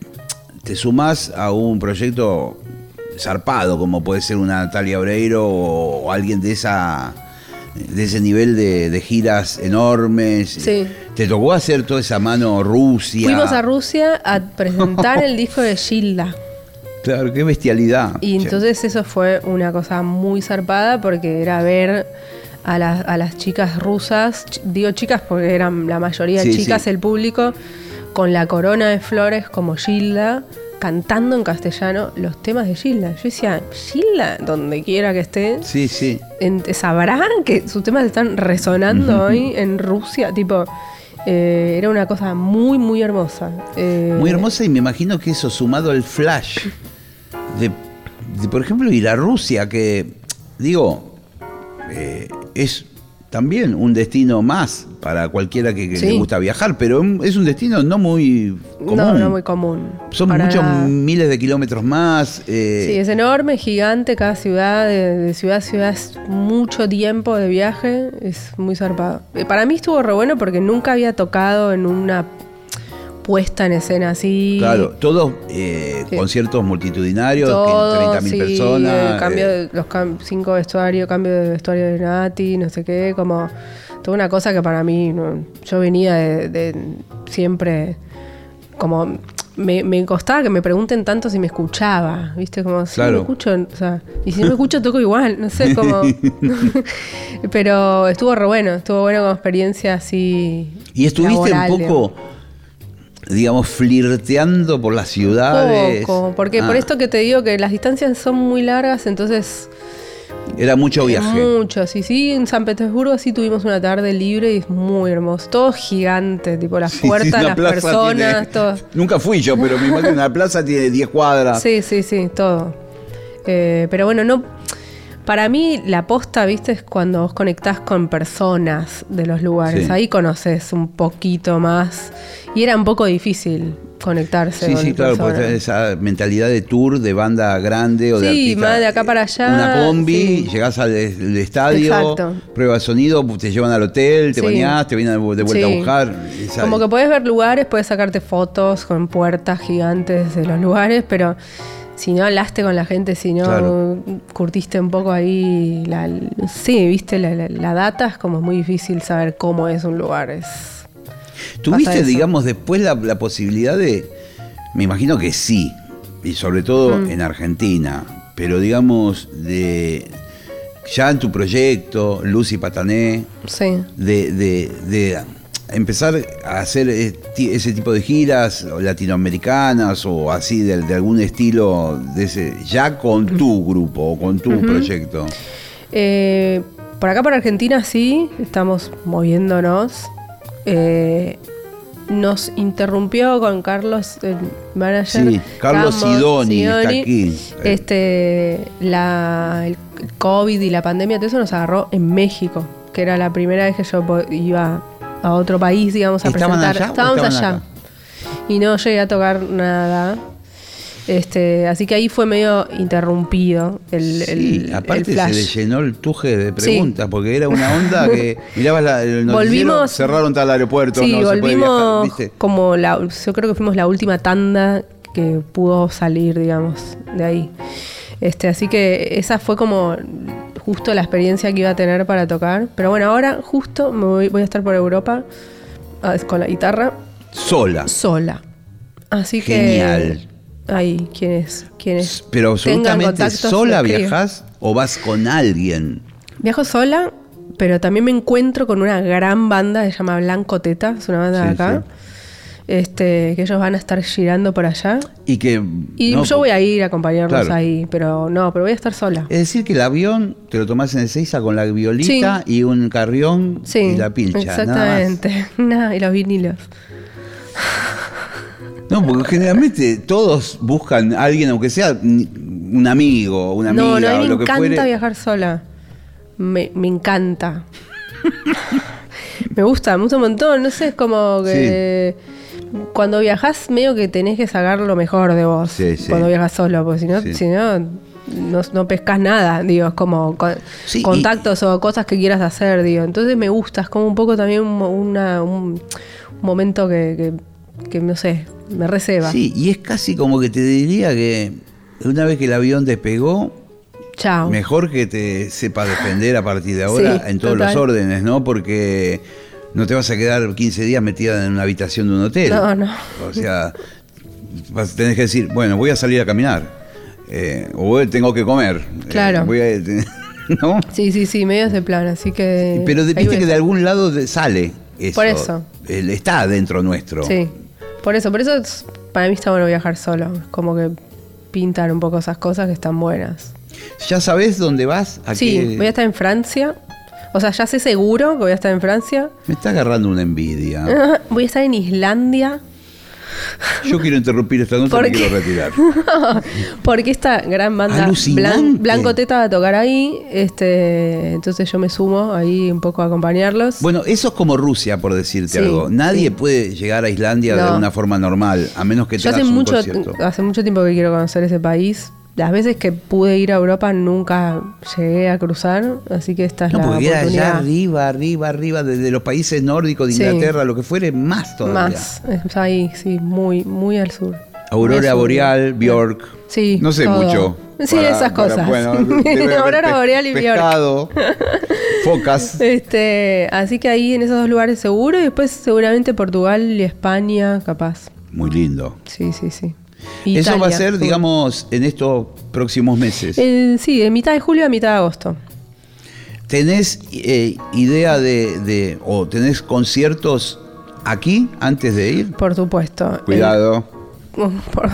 te sumás a un proyecto zarpado, como puede ser una Natalia Oreiro o, o alguien de esa de ese nivel de, de giras enormes. Sí. Te tocó hacer toda esa mano Rusia. Fuimos a Rusia a presentar el disco de Gilda. Claro, qué bestialidad. Y Che. entonces eso fue una cosa muy zarpada porque era ver a, las- a las chicas rusas, ch- digo chicas porque eran la mayoría Sí, chicas sí. el público, con la corona de flores como Gilda, cantando en castellano los temas de Gilda. Yo decía, Gilda, donde quiera que esté, Sí, sí. en- sabrán que sus temas están resonando hoy en Rusia, tipo... eh, era una cosa muy, muy hermosa. Eh, Muy hermosa, y me imagino que eso sumado al flash de, de, por ejemplo, ir a Rusia, que digo, eh, es también un destino más para cualquiera que, que Sí. le gusta viajar, pero es un destino no muy común. No, no muy común. Son para muchos nada. miles de kilómetros más. eh, Sí, es enorme, gigante, cada ciudad, de, de ciudad a ciudad es mucho tiempo de viaje, es muy zarpado. Eh, Para mí estuvo re bueno porque nunca había tocado en una puesta en escena así. Claro, todos eh, Sí. conciertos multitudinarios, Todo, treinta mil sí, personas. el cambio eh, de los cam- cinco vestuarios, cambio de vestuario de Nati, no sé qué, como toda una cosa que para mí, no, yo venía de, de siempre como me, me costaba que me pregunten tanto si me escuchaba, ¿viste? Como si Claro. no me escucho, o sea, y si no me escucho toco igual, no sé, como... Pero estuvo re bueno, estuvo bueno como experiencia así. ¿Y estuviste laboral, un poco, digamos, flirteando por las ciudades? Poco, porque Ah, por esto que te digo que las distancias son muy largas, entonces... Era mucho viaje. Mucho, sí, sí. En San Petersburgo sí tuvimos una tarde libre y es muy hermoso. Todo gigante, tipo las Sí, sí, puertas, una las plaza personas, tiene- todo. Nunca fui yo, pero me imagino una plaza tiene diez cuadras. Sí, sí, sí, todo. Eh, pero bueno, no. Para mí, la posta, viste, es cuando vos conectás con personas de los lugares. Sí. Ahí conoces un poquito más. Y era un poco difícil conectarse Sí, con sí, claro, personas. porque tenés esa mentalidad de tour, de banda grande o de Sí, artista. más de acá para allá, Una combi, sí. llegás al al estadio, Exacto. prueba de sonido, te llevan al hotel, te Sí. bañás, te vienen de vuelta Sí. a buscar. Esa- Como que podés ver lugares, podés sacarte fotos con puertas gigantes de los lugares, pero si no hablaste con la gente, si no Claro. curtiste un poco ahí, la, sí, viste, la, la- la data es como muy difícil saber cómo es un lugar. Es, pasa ¿Tuviste, eso. digamos, después la, la posibilidad de, me imagino que sí, y sobre todo Mm. en Argentina, pero digamos, de ya en tu proyecto, Lucy Patané, sí. de, de, de empezar a hacer esti- ese tipo de giras latinoamericanas o así de, de algún estilo de ese, ya con tu grupo o con tu proyecto? Eh, por acá, por Argentina, sí, estamos moviéndonos. Eh, nos interrumpió con Carlos, el manager. Sí, Carlos Cambo, Sidoni está Sidoni. aquí. Este, la, el COVID y la pandemia, todo eso nos agarró en México, que era la primera vez que yo po- iba a otro país, digamos, a ¿Estaban presentar. allá o Estábamos estaban allá. acá? Y no llegué a tocar nada. Este, así que ahí fue medio interrumpido el, Sí, el, aparte el se flash. le llenó el tuje de Sí. preguntas, porque era una onda que mirabas la, el noticiero, Volvimos- cerraron tal aeropuerto, Sí, no se puede viajar, volvimos ¿viste? como la, yo creo que fuimos la última tanda que pudo salir, digamos, de ahí. Este, así que esa fue como justo la experiencia que iba a tener para tocar. Pero bueno, ahora justo me voy, voy a estar por Europa ah, con la guitarra Sola. sola. Así Genial. que ahí, ¿quiénes? ¿Quiénes? Pero tengan absolutamente contactos, sola lo escribo. viajás o vas con alguien. Viajo sola, pero también me encuentro con una gran banda que se llama Blanco Teta, es una banda de Sí, acá. sí. Este, que ellos van a estar girando por allá. Y que. Y no, yo voy a ir a acompañarlos Claro. ahí, pero no, pero voy a estar sola. Es decir, que el avión te lo tomás en Ezeiza con la violita y un carrión Sí, y la pilcha. exactamente. Nada, y los vinilos. Nada más. No, porque generalmente todos buscan a alguien, aunque sea un amigo, una amiga No, no, a o mí me lo que encanta fuere. viajar sola. Me, me encanta. me gusta, me gusta un montón. No sé, es como que cuando viajás medio que tenés que sacar lo mejor de vos. Sí, sí. Cuando viajas solo, porque si no, Sí. si no, no, no pescas nada. Digo, es como con- Sí, contactos o cosas que quieras hacer, digo. Entonces me gusta, es como un poco también un, una- un, un momento que, que, que, no sé, me receba. Sí, y es casi como que te diría que una vez que el avión despegó, Chao. mejor que te sepa defender a partir de ahora Sí, en todos total. los órdenes, ¿no? Porque no te vas a quedar quince días metida en una habitación de un hotel. No, no. O sea, vas, tenés que decir, bueno, voy a salir a caminar. eh, o voy- tengo que comer. Claro. eh, voy a, ¿no? Sí, sí, sí, medio es de plan, así que... Pero de- ahí viste voy que a de estar. algún lado de- sale eso. Por eso. El- está dentro nuestro. Sí, por eso, por eso es- para mí está bueno viajar solo, como que pintan un poco esas cosas que están buenas. ¿Ya sabés dónde vas? ¿A Sí, qué- voy a estar en Francia, o sea, ya sé seguro que voy a estar en Francia. Me está agarrando una envidia. Voy a estar en Islandia, Yo quiero interrumpir esta nota ¿Por y me qué? quiero retirar. porque esta gran banda Alucinante. Blan- Blanco Teta va a tocar ahí, este, entonces yo me sumo ahí un poco a acompañarlos. Bueno, eso es como Rusia, por decirte Sí, algo. Nadie sí. puede llegar a Islandia de No. una forma normal, a menos que Yo tengas hace un mucho, concierto. hace mucho tiempo que quiero conocer ese país. Las veces que pude ir a Europa nunca llegué a cruzar, así que esta es No, la porque queda allá oportunidad. arriba, arriba, arriba, desde los países nórdicos, de Sí. Inglaterra, lo que fuere, más todavía. Más, es ahí, sí, muy, muy al sur. Muy Aurora al sur. boreal, Bjork. Sí, No sé todo. mucho. Sí, Para- esas para- cosas. bueno, debe haber Aurora pe- boreal y Bjork. pescado, focas. Este, así que ahí en esos dos lugares seguro y después seguramente Portugal y España, capaz. Muy lindo. Sí, sí, sí. Eso Italia, va a ser, sur. digamos, en estos próximos meses. Eh, sí, de mitad de julio a mitad de agosto. ¿Tenés eh, idea de, de, o tenés conciertos aquí antes de ir? Por supuesto. Cuidado. El, por-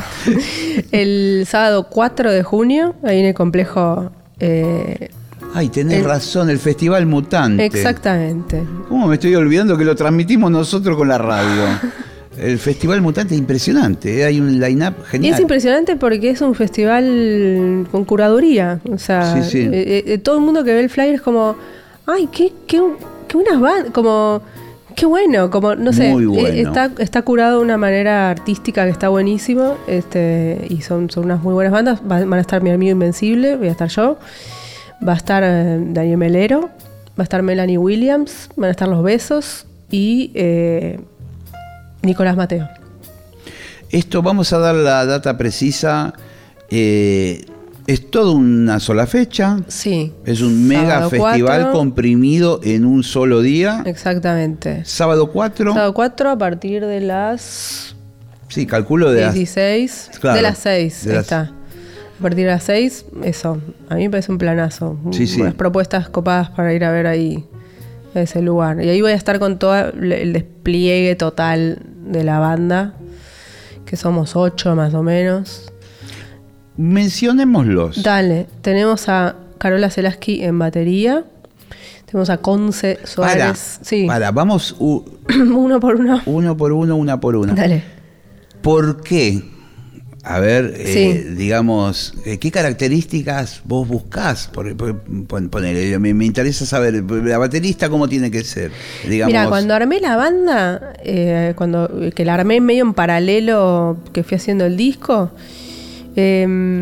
el sábado cuatro de junio, ahí en el complejo. eh, Ay, tenés el- razón, el Festival Mutante. exactamente. ¿Cómo me estoy olvidando que lo transmitimos nosotros con la radio? El Festival Mutante es impresionante, ¿eh? Hay un line-up Y genial. es impresionante porque es un festival con curaduría. O sea, Sí, sí. eh, eh, todo el mundo que ve el flyer es como, ay, qué, qué, qué buenas bandas, como, qué bueno, como, no sé, Muy bueno. eh, está, está curado de una manera artística que está buenísimo, este, y son, son unas muy buenas bandas. Va- van a estar mi amigo Invencible, voy a estar yo, va a estar eh, Daniel Melero, va a estar Melanie Williams, van a estar Los Besos y eh, Nicolás Mateo. Esto, vamos a dar la data precisa. eh, es toda una sola fecha. Sí. Es un mega Sábado festival cuatro. comprimido en un solo día. Exactamente. Sábado cuatro. Sábado cuatro a partir de las Sí, calculo de las- dieciséis. Claro, de las seis, de ahí las- está. A partir de las seis, eso. A mí me parece un planazo. Sí, sí. Unas propuestas copadas para ir a ver ahí a ese lugar. Y ahí voy a estar con todo el despliegue total de la banda, que somos ocho más o menos. Mencionémoslos. Dale, tenemos a Carola Selaski en batería. Tenemos a Conce Para, Suárez. Sí. para, vamos u- uno por uno. uno por uno, una por una. Dale. ¿Por qué? A ver, eh, Sí. digamos, eh, ¿qué características vos buscás? Por, por- pon- ponele, me, me interesa saber, la baterista cómo tiene que ser. Digamos, Mira, cuando armé la banda, eh, cuando que la armé medio en paralelo que fui haciendo el disco, eh,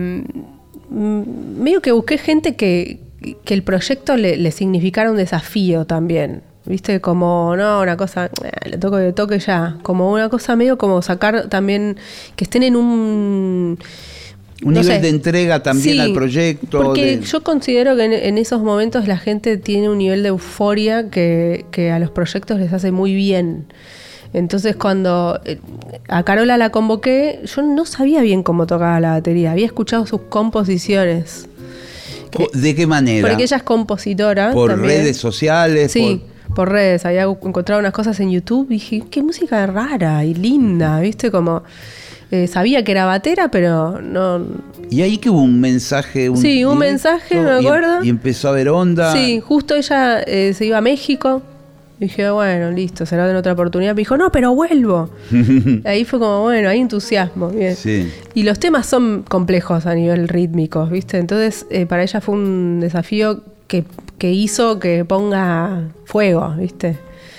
mm, medio que busqué gente que, que el proyecto le, le significara un desafío también. ¿Viste? Como, no, una cosa, eh, le toco, le toque ya. Como una cosa medio como sacar también, que estén en un... un no nivel sé. de entrega también Sí, al proyecto. Porque de- yo considero que en, en esos momentos la gente tiene un nivel de euforia que, que a los proyectos les hace muy bien. Entonces cuando eh, a Carola la convoqué, yo no sabía bien cómo tocaba la batería. Había escuchado sus composiciones. que- ¿De qué manera? Porque ella es compositora. Por también. redes sociales. Sí, por... redes. Había encontrado unas cosas en YouTube y dije, qué música rara y linda, ¿viste? Como... eh, sabía que era batera, pero no... por- y ahí que hubo un mensaje. Un Sí, un directo, mensaje, me y em- acuerdo. Y, empezó a haber onda. Sí, justo ella eh, se iba a México. Dije, bueno, listo, será en otra oportunidad. Me dijo, no, pero vuelvo. Ahí fue como, bueno, hay entusiasmo. Bien. Sí. Y los temas son complejos a nivel rítmico, ¿viste? Entonces, eh, para ella fue un desafío que, que hizo que ponga fuego, ¿viste?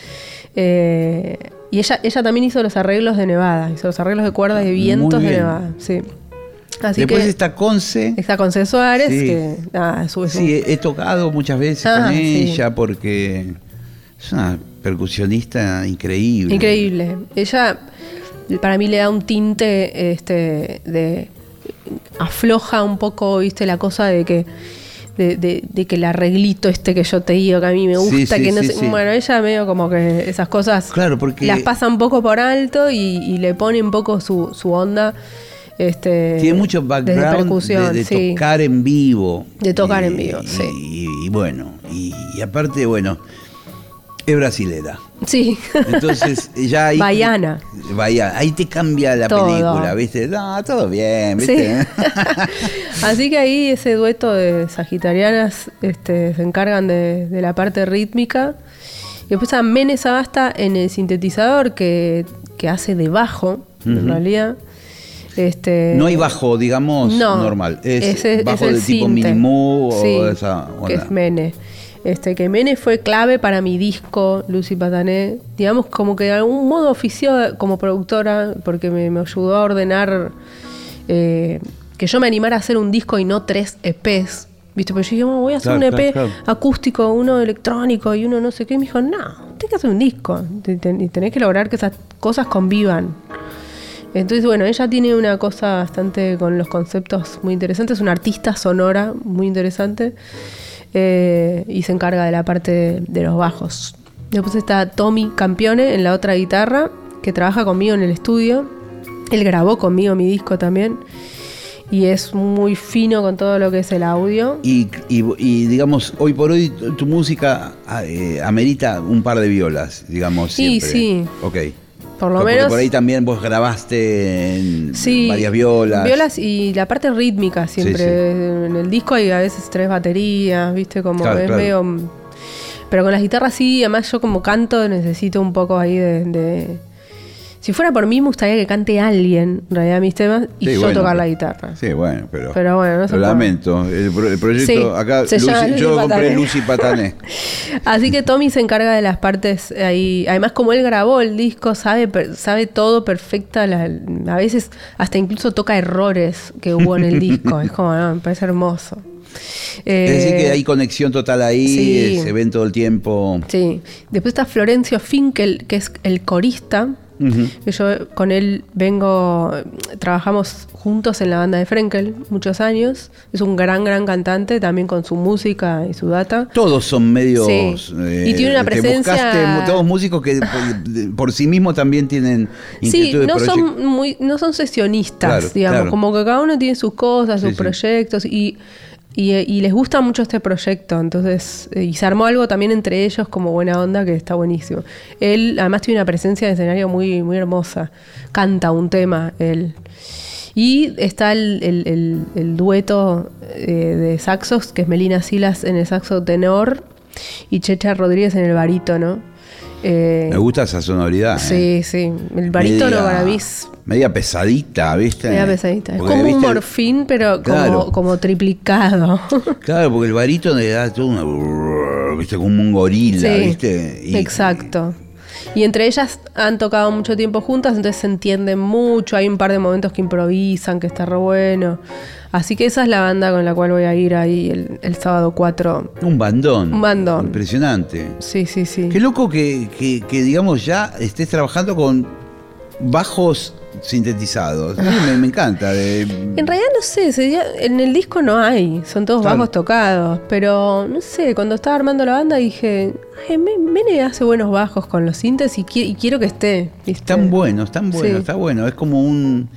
Eh, y ella, ella también hizo los arreglos de Nevada, hizo los arreglos de cuerdas y de vientos de bien. Nevada, sí. Así Después que está Conce. está con C. Suárez, Sí. que nada, sube su- Sí, he, he tocado muchas veces Ah, con sí. ella porque es una percusionista increíble. Increíble. Ella, para mí, le da un tinte este, de. Afloja un poco, viste, la cosa de que. De, de- de que el arreglito este que yo te digo, que a mí me Sí, gusta, sí, que no sí, sé. sí. Bueno, ella medio como que esas cosas Claro, porque las pasa un poco por alto y, y le pone un poco su, su onda. Este, tiene mucho desde background percusión, de, de sí. tocar en vivo. De tocar Y- en vivo, y, sí. Y, y bueno, y, y aparte, bueno, es brasilera. Sí. Entonces, ya ahí. Baiana. Vaya, ahí te cambia la Todo. película, ¿viste? No, todo bien, ¿viste? Sí. Así que ahí ese dueto de sagitarianas este, se encargan de, de la parte rítmica. Y después a Mene Sabasta en el sintetizador que, que hace de bajo, en Ujú. realidad. Este, No hay bajo, digamos, no, normal. Es ese- bajo es el del tipo sinte. Minimoog Sí, o esa onda. que es Mene. Este, que Mene fue clave para mi disco, Lucy Patané. Digamos, como que de algún modo ofició como productora, porque me, me ayudó a ordenar eh, que yo me animara a hacer un disco y no tres E Pes. ¿Viste? Pero yo dije, "Bueno, voy a hacer Claro, un E P claro, claro. acústico, uno electrónico y uno no sé qué". Y me dijo, no, tenés que hacer un disco. Te- te- Y tenés que lograr que esas cosas convivan. Entonces, bueno, ella tiene una cosa bastante con los conceptos muy interesantes, es una artista sonora muy interesante eh, y se encarga de la parte de, de los bajos. Después está Tommy Campione en la otra guitarra, que trabaja conmigo en el estudio Él grabó conmigo mi disco también. Y es muy fino con todo lo que es el audio. Y, y, y digamos, hoy por hoy tu música eh, amerita un par de violas, digamos, Sí, siempre. sí. Ok. Por lo Porque menos. por ahí también vos grabaste en Sí, varias violas. Violas y la parte rítmica siempre. Sí, sí. En el disco hay a veces tres baterías, ¿viste? Como Claro, es claro. medio. Pero con las guitarras sí, además yo como canto necesito un poco ahí de. de- Si fuera por mí, me gustaría que cante alguien, en realidad, mis temas, y Sí, yo bueno, tocar la guitarra. Sí, bueno, pero. Pero bueno, no se lo puede. lamento. El, pro- el proyecto, Sí, acá, se llama Lucy- Lucy yo compré Patané. Lucy Patané. Así que Tommy se encarga de las partes ahí. Además, como él grabó el disco, sabe, per- sabe todo perfecta. La- a veces hasta incluso toca errores que hubo en el disco. Es como, no, me parece hermoso. Eh, Es decir, que hay conexión total ahí, sí. eh, se ven todo el tiempo. Sí. Después está Florencio Finkel, que es el corista. Ujú. Que yo con él vengo, trabajamos juntos en la banda de Frenkel muchos años. Es un gran, gran cantante, también con su música y su data. Todos son medios. Sí. eh, Y tiene una te presencia- buscaste mu- todos músicos que por, de- por sí mismos también tienen Sí, inquietudes. no proyect- son muy, no son sesionistas, Claro, digamos, claro. como que cada uno tiene sus cosas, Sí, sus sí. proyectos y, y, y les gusta mucho este proyecto, entonces, eh, y se armó algo también entre ellos como buena onda que está buenísimo. Él además tiene una presencia de escenario muy, muy hermosa, canta un tema él. Y está el, el- el- el dueto eh, de saxos, que es Melina Silas en el saxo tenor y Checha Rodríguez en el barítono. Eh, Me gusta esa sonoridad. Sí, eh. sí. El barítono Media- para mí es Media pesadita, ¿viste? media pesadita. Es Porque, como un ¿viste? morfín, pero como, Claro. como triplicado. Claro, porque el barítono le da todo una. ¿Viste? Como un gorila, Sí, ¿viste? Y- exacto. Y entre ellas han tocado mucho tiempo juntas, entonces se entienden mucho. Hay un par de momentos que improvisan, que está re bueno. Así que esa es la banda con la cual voy a ir ahí el, el sábado cuatro. Un bandón. Un bandón. Impresionante. Sí, sí, sí. Qué loco que, que, que, digamos, ya estés trabajando con bajos sintetizados. A mí me, me encanta. de- En realidad no sé, sería- en el disco no hay, son todos Claro. bajos tocados, pero no sé, cuando estaba armando la banda dije, ay, Me- Mene hace buenos bajos con los sintes y, qui- y quiero que esté. ¿viste? Están buenos, están buenos, Sí. está bueno. Es como un.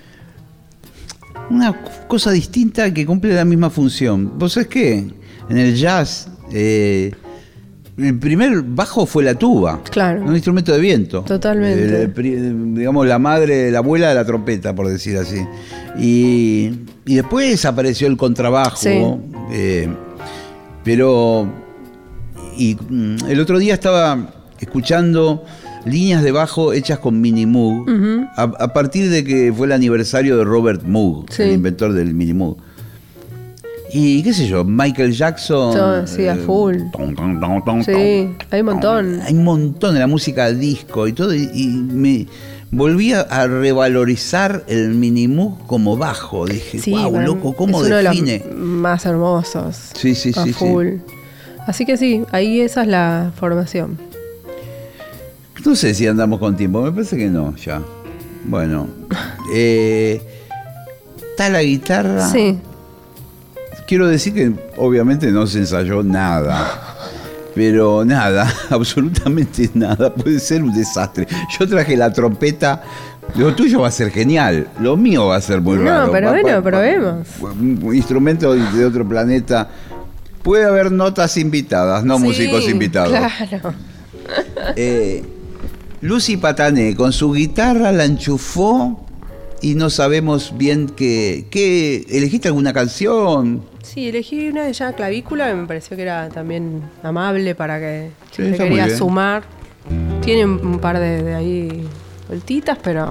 Una cosa distinta que cumple la misma función. ¿Vos sabés qué? En el jazz, eh, el primer bajo fue la tuba. Claro. Un instrumento de viento. Totalmente. El- el pri- digamos, la madre, la abuela de la trompeta, por decir así. Y, y después apareció el contrabajo. Sí. eh, pero. Y mm, el otro día estaba escuchando líneas de bajo hechas con Mini Moog, Ujú. a, a partir de que fue el aniversario de Robert Moog, Sí. el inventor del Mini Moog. Y qué sé yo, Michael Jackson. Todo, sí, a full. ton, ton, ton, ton, Sí, ton. hay un montón. Hay un montón de la música disco y todo, y, y me volví a, a revalorizar el Mini Moog como bajo. Dije, Sí, wow, bueno, loco, ¿cómo es uno define? de los más hermosos. Sí, sí, a sí, sí. full. Así que sí, ahí esa es la formación. No sé si andamos con tiempo, me parece que no, ya. Bueno, eh, está la guitarra. Sí. Quiero decir que obviamente no se ensayó nada. Pero nada, absolutamente nada. Puede ser un desastre. Yo traje la trompeta. Lo tuyo va a ser genial. Lo mío va a ser muy No, raro. pero Va- bueno, va- probemos. va- Un instrumento de otro planeta. Puede haber notas invitadas, no Sí, músicos invitados. Claro. Eh, Lucy Patané con su guitarra la enchufó y no sabemos bien qué. qué ¿Elegiste alguna canción? Sí, elegí una de ya clavícula que me pareció que era también amable para que Sí, si se está muy quería bien. sumar. Tiene un, un par de, de ahí vueltitas, pero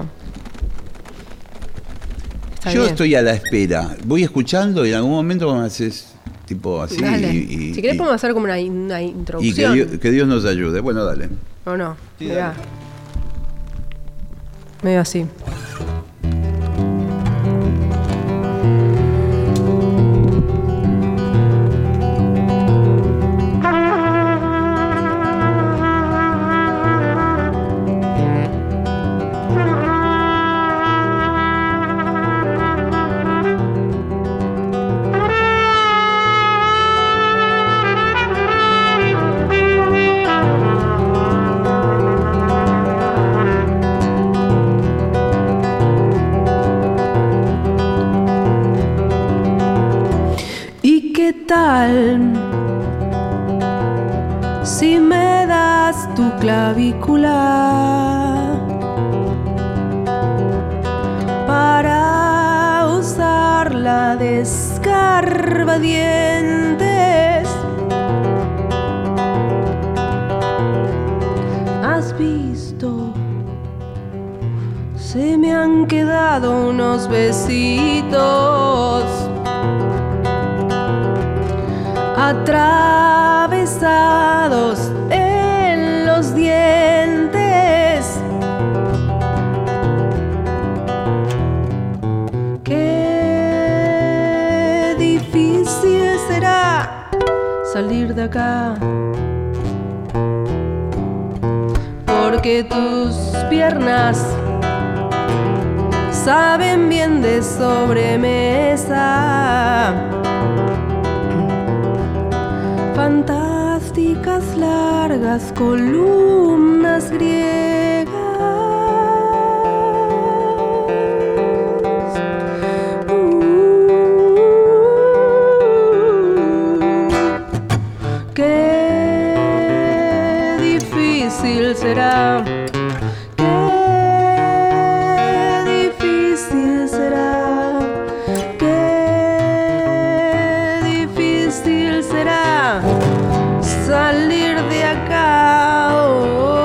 está Yo bien. estoy a la espera. Voy escuchando y en algún momento me haces tipo así. Dale. Y, y- si querés y- podemos hacer como una, in- una y que, introducción. Dios, que Dios nos ayude. Bueno, dale. ¿O no? Sí, Mirá. dale. Medio así. película para usarla de escarbadientes. ¿Has visto? Se me han quedado unos besitos atravesados en los dientes. Qué difícil será salir de acá, porque tus piernas saben bien de sobremesa. Fantásticas largas columnas griegas. Uh, qué difícil será. Salir de acá. Oh.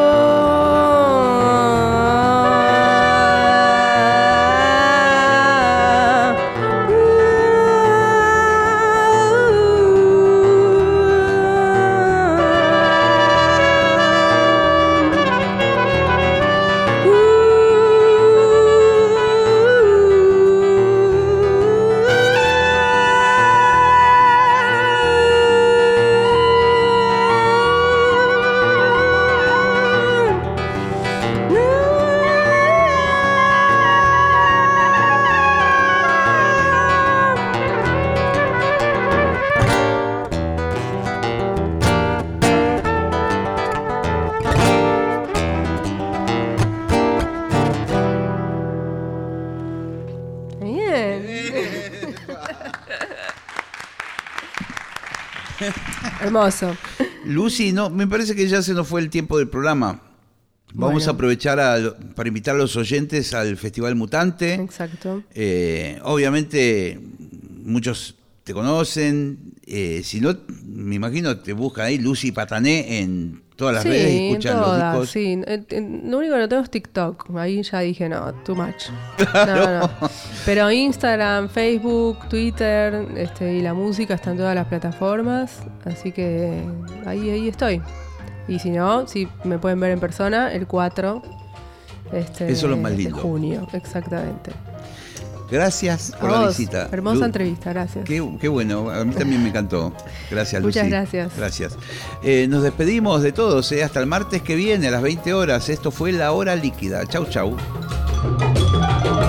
Hermoso. Lucy, no, me parece que ya se nos fue el tiempo del programa. Vamos bueno. a aprovechar a, para invitar a los oyentes al Festival Mutante. Exacto. Eh, obviamente, muchos te conocen. Eh, si no, me imagino te buscan ahí Lucy Patané en todas las sí, redes y escuchan todas, los discos. Sí, lo único que no tengo es TikTok. Ahí ya dije, no, too much. No, no. Pero Instagram, Facebook, Twitter este, y la música están en todas las plataformas. Así que ahí, ahí estoy. Y si no, sí me pueden ver en persona el cuatro este, Eso es lo más lindo. de junio. Exactamente. Gracias por a la vos. visita. Hermosa Lu entrevista, gracias. Qué, qué bueno, a mí también me encantó. Gracias, Lucy. Muchas gracias. Gracias. Eh, nos despedimos de todos, eh, hasta el martes que viene a las veinte horas. Esto fue La Hora Líquida. Chau, chau.